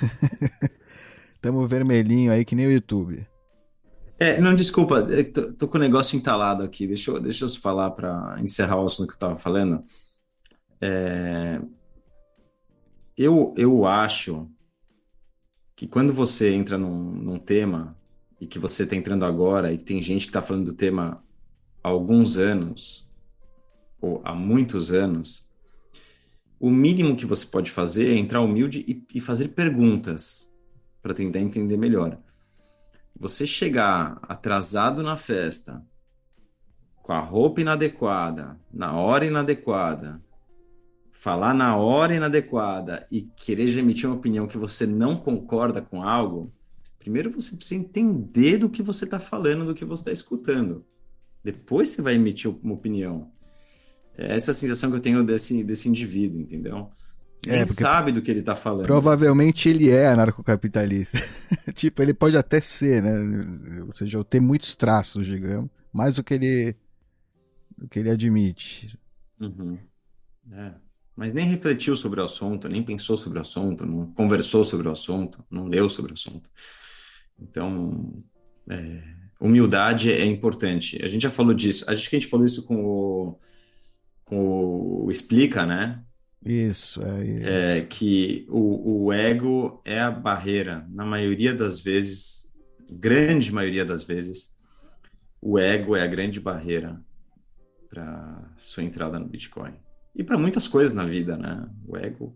Tamo vermelhinho aí que nem o YouTube. é, não, desculpa, é que tô, tô com o negócio entalado aqui. Deixa eu, deixa eu falar para encerrar o assunto que eu estava falando. É, eu, eu acho que quando você entra num, num tema e que você está entrando agora e que tem gente que está falando do tema há alguns anos ou há muitos anos, o mínimo que você pode fazer é entrar humilde e, e fazer perguntas para tentar entender melhor. Você chegar atrasado na festa, com a roupa inadequada, na hora inadequada, falar na hora inadequada e querer já emitir uma opinião que você não concorda com algo, primeiro você precisa entender do que você está falando, do que você está escutando. Depois você vai emitir uma opinião. É essa a sensação que eu tenho desse, desse indivíduo, entendeu? É, Nem porque sabe do que ele está falando. provavelmente ele é anarcocapitalista. Tipo, ele pode até ser, né? Ou seja, ter muitos traços, digamos, mais do que ele, do que ele admite. Uhum. É. Mas nem refletiu sobre o assunto, nem pensou sobre o assunto, não conversou sobre o assunto, não leu sobre o assunto. Então, é, humildade é importante. A gente já falou disso. Acho que a gente falou isso com o, com o Explica, né? Isso, é isso. É que o, o ego é a barreira. Na maioria das vezes, grande maioria das vezes, o ego é a grande barreira para sua entrada no Bitcoin. E para muitas coisas na vida, né? O ego.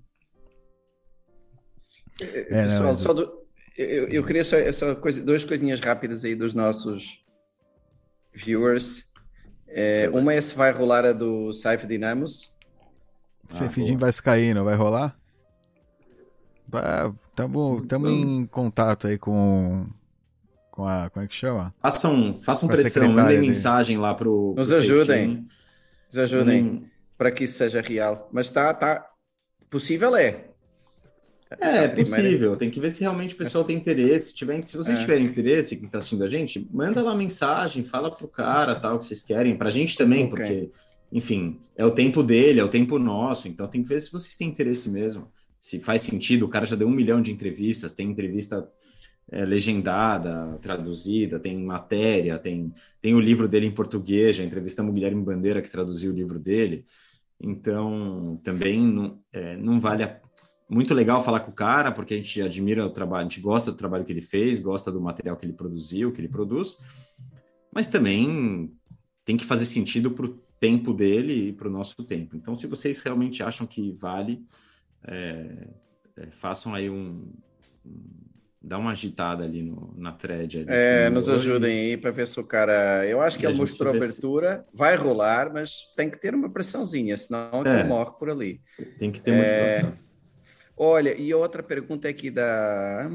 É, não, Pessoal, mas... só do- eu, eu queria só, só coisa, duas coisinhas rápidas aí dos nossos viewers. É, uma é se vai rolar a do Saif Dynamos. Ah, Cefidin boa. vai se cair, não vai rolar? Estamos Vamos. em contato aí com, com a. Como é que chama? Façam, façam Com a pressão, mandem secretária dele. mensagem lá pro, pro Nos ajudem, Safety. nos ajudem Mandem. para que isso seja real. Mas está, tá, possível é. É, A é primeira. possível, tem que ver se realmente o pessoal tem interesse. Se, tiver, se vocês É, tiverem interesse, quem está assistindo a gente, manda lá mensagem, fala pro cara tal que vocês querem, pra gente também, ok. porque, enfim, é o tempo dele, é o tempo nosso, então tem que ver se vocês têm interesse mesmo. Se faz sentido, o cara já deu um milhão de entrevistas, tem entrevista é, legendada, traduzida, tem matéria, tem, tem o livro dele em português, já entrevistamos o Guilherme Bandeira, que traduziu o livro dele. Então, também não, é, não vale a... Muito legal falar com o cara, porque a gente admira o trabalho, a gente gosta do trabalho que ele fez, gosta do material que ele produziu, que ele produz, mas também tem que fazer sentido para o tempo dele e para o nosso tempo. Então, se vocês realmente acham que vale, é, é, façam aí um, um... Dá uma agitada ali no, na thread ali É, comigo nos hoje ajudem aí para ver se o cara. Eu acho que e a ele gente mostrou vê se... abertura, vai rolar, mas tem que ter uma pressãozinha, senão aquilo É, morre por ali. tem que ter É, motivação. olha, e outra pergunta aqui da.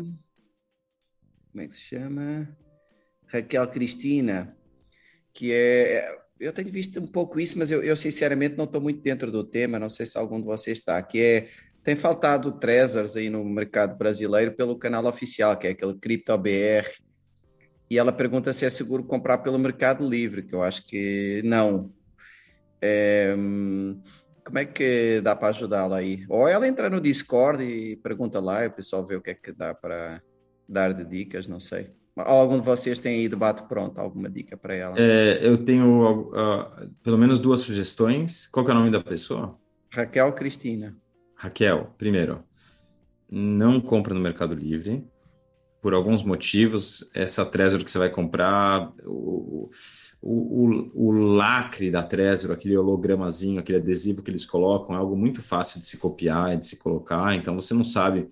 Como é que se chama? Raquel Cristina, que é. Eu tenho visto um pouco isso, mas eu, eu sinceramente não estou muito dentro do tema, não sei se algum de vocês está, que é. Tem faltado Trezors aí no mercado brasileiro pelo canal oficial, que é aquele CryptoBR. E ela pergunta se é seguro comprar pelo Mercado Livre, que eu acho que não. É, hum, como é que dá para ajudá-la aí? Ou ela entra no Discord e pergunta lá, e o pessoal vê o que é que dá para dar de dicas, não sei. Ou algum de vocês tem aí debate pronto, alguma dica para ela? É, eu tenho uh, pelo menos duas sugestões. Qual que é o nome da pessoa? Raquel Cristina. Raquel, primeiro, não compra no Mercado Livre, por alguns motivos. Essa Trezor que você vai comprar, o, o, o, o lacre da Trezor, aquele hologramazinho, aquele adesivo que eles colocam, é algo muito fácil de se copiar e de se colocar, então você não sabe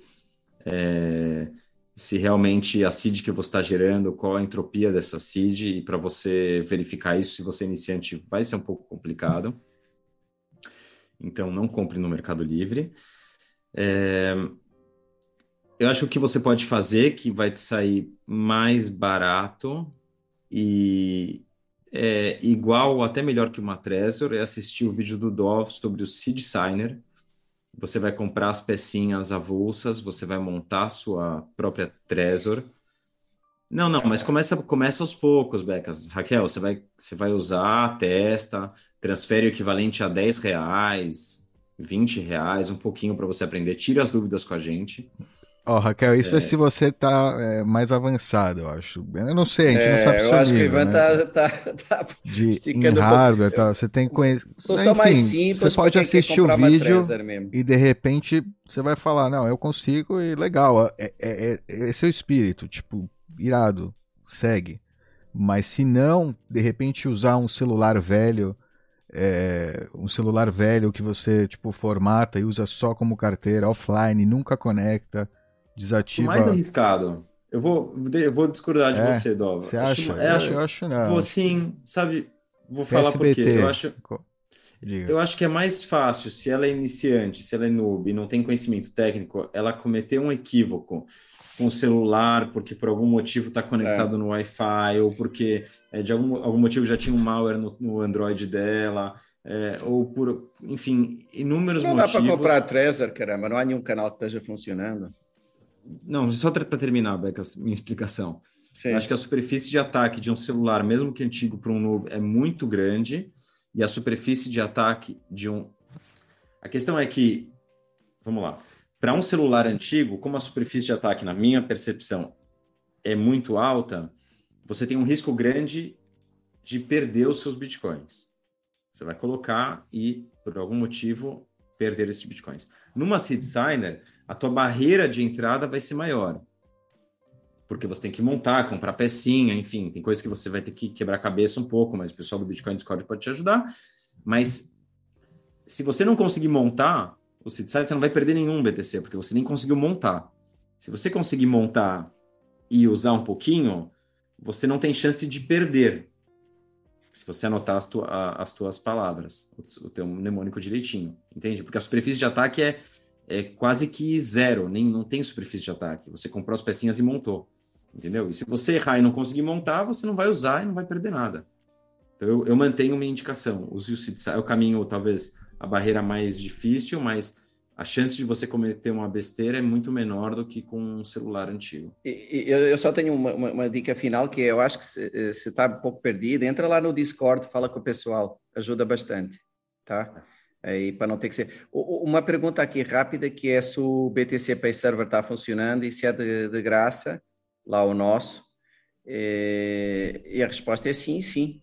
é, se realmente a seed que você está gerando, qual a entropia dessa seed, e para você verificar isso, se você é iniciante, vai ser um pouco complicado. Então, não compre no Mercado Livre. É, eu acho que o que você pode fazer, que vai te sair mais barato e é igual ou até melhor que uma Trezor, é assistir o vídeo do Dov sobre o Seed Signer. Você vai comprar as pecinhas avulsas, você vai montar a sua própria Trezor Não, não, mas começa, começa aos poucos, Becas. Raquel, você vai, você vai usar, testa, transfere o equivalente a dez reais, vinte reais, um pouquinho para você aprender. Tira as dúvidas com a gente. Ó, Raquel, isso é se É, você tá é, mais avançado, eu acho. Eu não sei, a gente não sabe É, o eu seu acho que o nível, Ivan né? tá, tá, tá De em esticando um pouco. hardware, Eu tá? Você tem que conhecer. sou só mais Enfim, você simples para pode quem quer assistir o comprar uma vídeo Trezor mesmo. e de repente você vai falar, não, eu consigo e legal. É, é, é, é esse é o espírito, tipo, irado, segue. Mas se não, de repente usar um celular velho, é, um celular velho que você tipo formata e usa só como carteira, offline, nunca conecta, o mais desativa. arriscado. Eu vou, eu vou discordar de É, você, Dova. você Acho, acha? é, Eu, eu acho, acho não. vou Acho que sim, sabe? Vou falar por quê. Eu P S B T, acho, co- diga. eu acho que é mais fácil se ela é iniciante, se ela é noob e não tem conhecimento técnico, ela cometer um equívoco com o celular porque por algum motivo está É. conectado no Wi-Fi ou porque é, de algum, algum motivo já tinha um malware no, no Android dela, é, ou por, enfim, inúmeros Não dá para comprar a motivos. Trezor, caramba, não há nenhum canal que esteja funcionando. Não, só para terminar, Beca, minha explicação. Eu acho Sim. que a superfície de ataque de um celular, mesmo que antigo para um noob, é muito grande, e a superfície de ataque de um. A questão é que, vamos lá, para um celular antigo, como a superfície de ataque, na minha percepção, é muito alta, você tem um risco grande de perder os seus bitcoins. Você vai colocar e, por algum motivo, perder esses bitcoins. Numa seed signer, a tua barreira de entrada vai ser maior, porque você tem que montar, comprar pecinha, enfim, tem coisas que você vai ter que quebrar a cabeça um pouco, mas o pessoal do Bitcoin Discord pode te ajudar. Mas se você não conseguir montar o seed signer, você não vai perder nenhum B T C, porque você nem conseguiu montar. Se você conseguir montar e usar um pouquinho, você não tem chance de perder. Se você anotar as, tua, as tuas palavras, o, o teu mnemônico direitinho, entende? Porque a superfície de ataque é, é quase que zero, nem, não tem superfície de ataque. Você comprou as pecinhas e montou, entendeu? E se você errar e não conseguir montar, você não vai usar e não vai perder nada. Então, eu, eu mantenho minha indicação. Use o seed signer, é o caminho, talvez, a barreira mais difícil, mas a chance de você cometer uma besteira é muito menor do que com um celular antigo. E- e- Eu eu só tenho uma, uma- uma dica final que é, eu acho que se eh, se está um pouco perdido, entra lá no Discord, fala com o pessoal, ajuda bastante, tá? Aí para não ter que ser. O- o- Uma pergunta aqui rápida que é se o B T C Pay Server está funcionando e se é de, de graça, lá o nosso. Eh, E a resposta é sim, sim.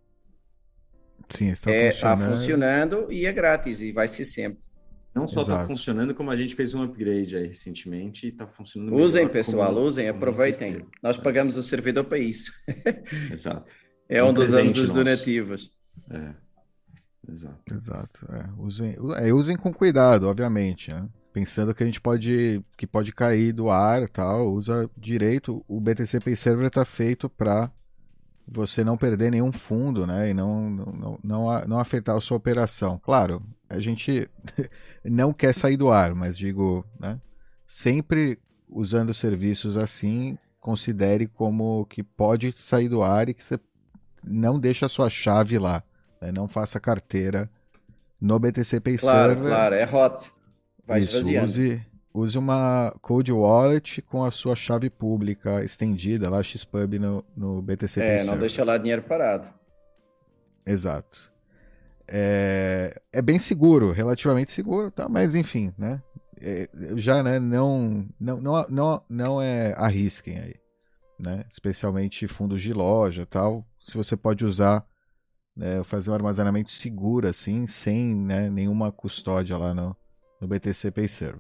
Sim, está É, está funcionando. funcionando e é grátis e vai ser sempre. Não só está Exato. funcionando, como a gente fez um upgrade aí recentemente e está funcionando Usem, melhor como, pessoal, usem, como nunca esteve. aproveitem. Nós É, pagamos o servidor para isso. exato. É É um onde usamos presente os nosso. donativos. É, exato. Exato. É. Usem, é, usem com cuidado, obviamente, né? Pensando que a gente pode que pode cair do ar, tal, usa direito. O B T C Pay Server está feito para você não perder nenhum fundo, né? E não não, não, não, a- não afetar a sua operação. Claro, a gente não quer sair do ar, mas digo, né? Sempre usando serviços assim, considere como que pode sair do ar e que você não deixe a sua chave lá, né? Não faça carteira no B T C Pay Claro, Server. claro, é hot. Vai Isso, esvaziando. use, use uma cold wallet com a sua chave pública estendida lá, Xpub no, no B T C Pay É, não Server. deixa lá dinheiro parado. Exato. É, é bem seguro, relativamente seguro, tá? Mas enfim, né? É, já, né? Não, não, não, não, não é arrisquem aí, né? Especialmente fundos de loja, tal. Se você pode usar, né, fazer um armazenamento seguro assim, sem, né, nenhuma custódia lá no, no B T C Pay Server.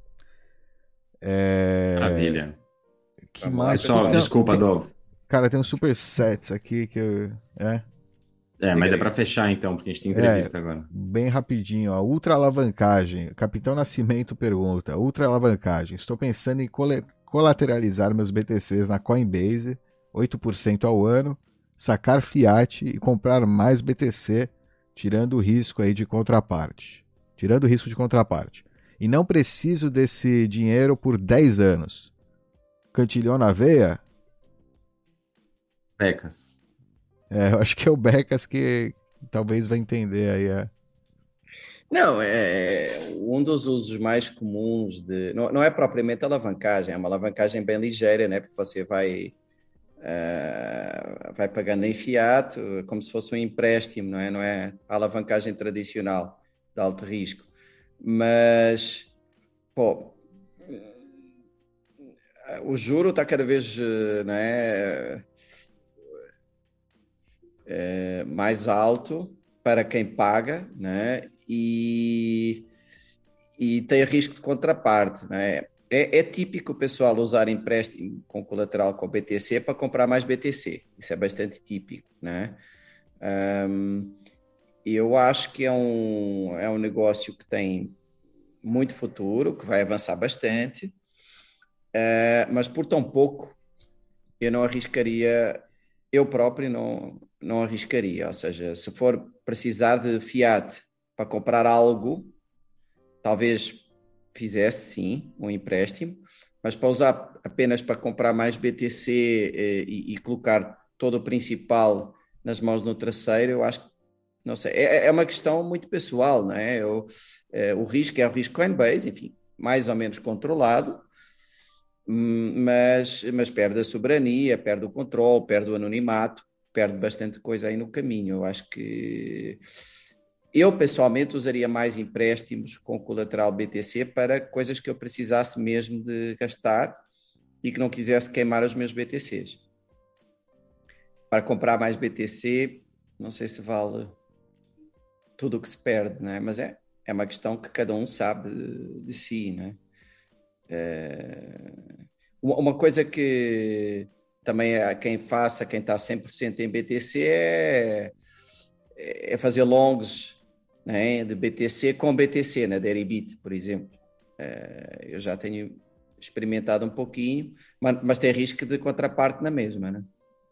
É, Maravilha. que Vamos lá, mais? Pô, Pessoal, tem, pessoal. desculpa, tem- Dov. cara, tem um super sets aqui que eu, é, É, Diga, mas é para diga. fechar então, porque a gente tem é entrevista agora. bem rapidinho, ó. Ultra alavancagem. Capitão Nascimento pergunta: Ultra alavancagem. Estou pensando em cole- colateralizar meus B T Cs na Coinbase, oito por cento ao ano, sacar fiat e comprar mais B T C, tirando o risco aí de contraparte. Tirando o risco de contraparte. E não preciso desse dinheiro por dez anos. Cantilhão na veia? Pecas. É, eu acho que é o Becas que talvez vai entender aí a. Não, é um dos usos mais comuns de. Não, não é propriamente alavancagem, é uma alavancagem bem ligeira, né? Porque você vai uh, vai pagando em fiat, como se fosse um empréstimo, não é? Não é a alavancagem tradicional de alto risco. Mas, pô, o juro está cada vez, não é, é, mais alto para quem paga, né? e, e tem risco de contraparte. Né? É, é típico o pessoal usar empréstimo com colateral com B T C para comprar mais B T C. Isso é bastante típico. Né? Um, eu acho que é um, é um negócio que tem muito futuro, que vai avançar bastante, uh, mas por tão pouco eu não arriscaria, eu próprio não, não arriscaria. Ou seja, se for precisar de fiat para comprar algo, talvez fizesse sim um empréstimo, mas para usar apenas para comprar mais B T C eh, e, e colocar todo o principal nas mãos do terceiro, eu acho que, não sei, é, é uma questão muito pessoal, não é? Eu, eh, o risco é o risco Coinbase, enfim, mais ou menos controlado, mas, mas perde a soberania, perde o controle, perde o anonimato, perde bastante coisa aí no caminho. Eu acho que eu pessoalmente usaria mais empréstimos com colateral B T C para coisas que eu precisasse mesmo de gastar e que não quisesse queimar os meus B T Cs. Para comprar mais B T C, não sei se vale tudo o que se perde, né? Mas é, é uma questão que cada um sabe de, de si, né? É... Uma coisa que também é quem faça, quem está cem por cento em B T C é, é fazer longs, né, de B T C com B T C, na Deribit, por exemplo. É, eu já tenho experimentado um pouquinho, mas, mas tem risco de contraparte na mesma, né?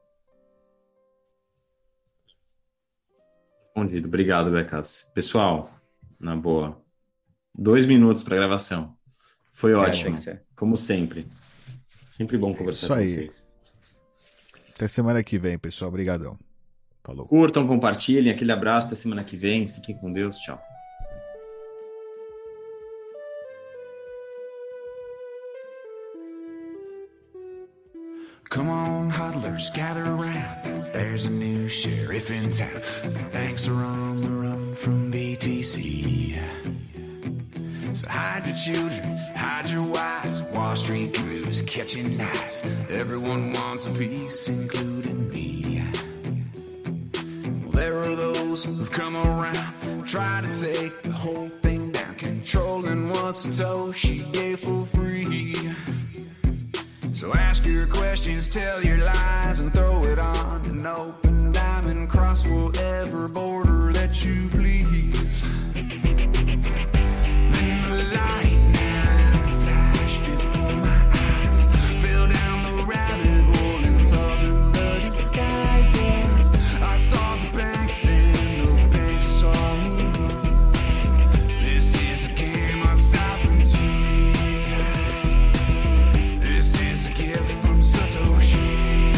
Respondido. Obrigado, Becas. Pessoal, na boa, dois minutos para gravação. Foi ótimo, é, como sempre. Sempre bom conversar com vocês. Até semana que vem, pessoal. Obrigadão. Falou. Curtam, compartilhem. Aquele abraço. Até semana que vem. Fiquem com Deus. Tchau. Come on, huddlers, gather around. There's a new sheriff in town. The banks are on the run from B T C. So hide your children, hide your wives. Wall Street crews catching knives. Everyone wants a piece, including me. Well, there are those who've come around, try to take the whole thing down, controlling what Satoshi gave for free. So ask your questions, tell your lies, and throw it on an open diamond. Cross whatever border that you please. Then the lightning flashed before my eyes, fell down the rabbit hole and saw through the disguises. I saw the banks, then the banks saw me. This is a game of sovereignty. This is a gift from Satoshi.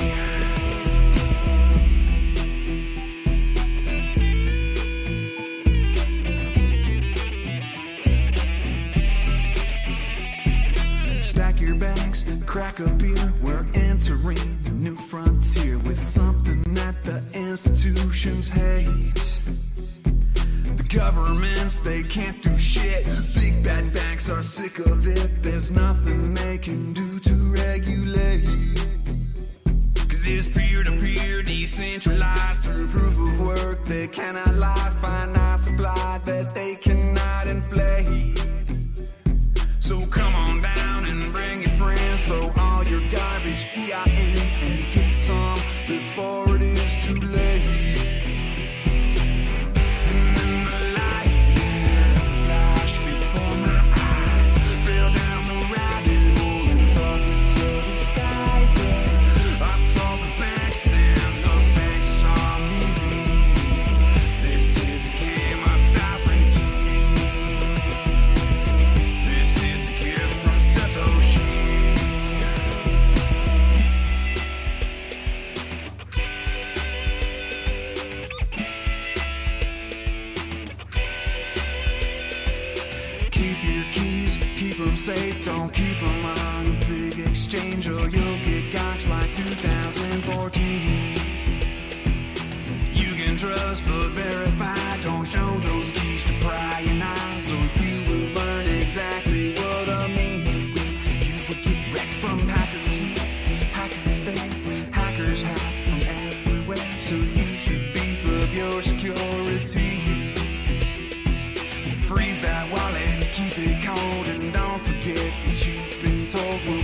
Stack your bags, crack a beer. We're entering a new frontier with something that the institutions hate. The governments, they can't do shit. Big bad banks are sick of it. There's nothing they can do to regulate. Cause it's peer-to-peer, decentralized through proof of work. They cannot lie, finite supply that they cannot inflate. So come on down and bring your friends, throw all your garbage fiat in and get some before it is too late. And then the lightning flashed before my eyes, fell down the rabbit hole and saw through the disguises. I saw the banks, then the banks saw me. This is a game of sovereignty. This is a gift from Satoshi. them safe, don't keep them on a big exchange or you'll get got like two thousand fourteen. You can trust but verify, don't show those keys to prying eyes or you will learn exactly what I mean. You will get wrecked from hackers here, hackers there, hackers hack from everywhere, so you should beef up your security. Freeze that wallet, keep it cold, and don't forget what you've been told.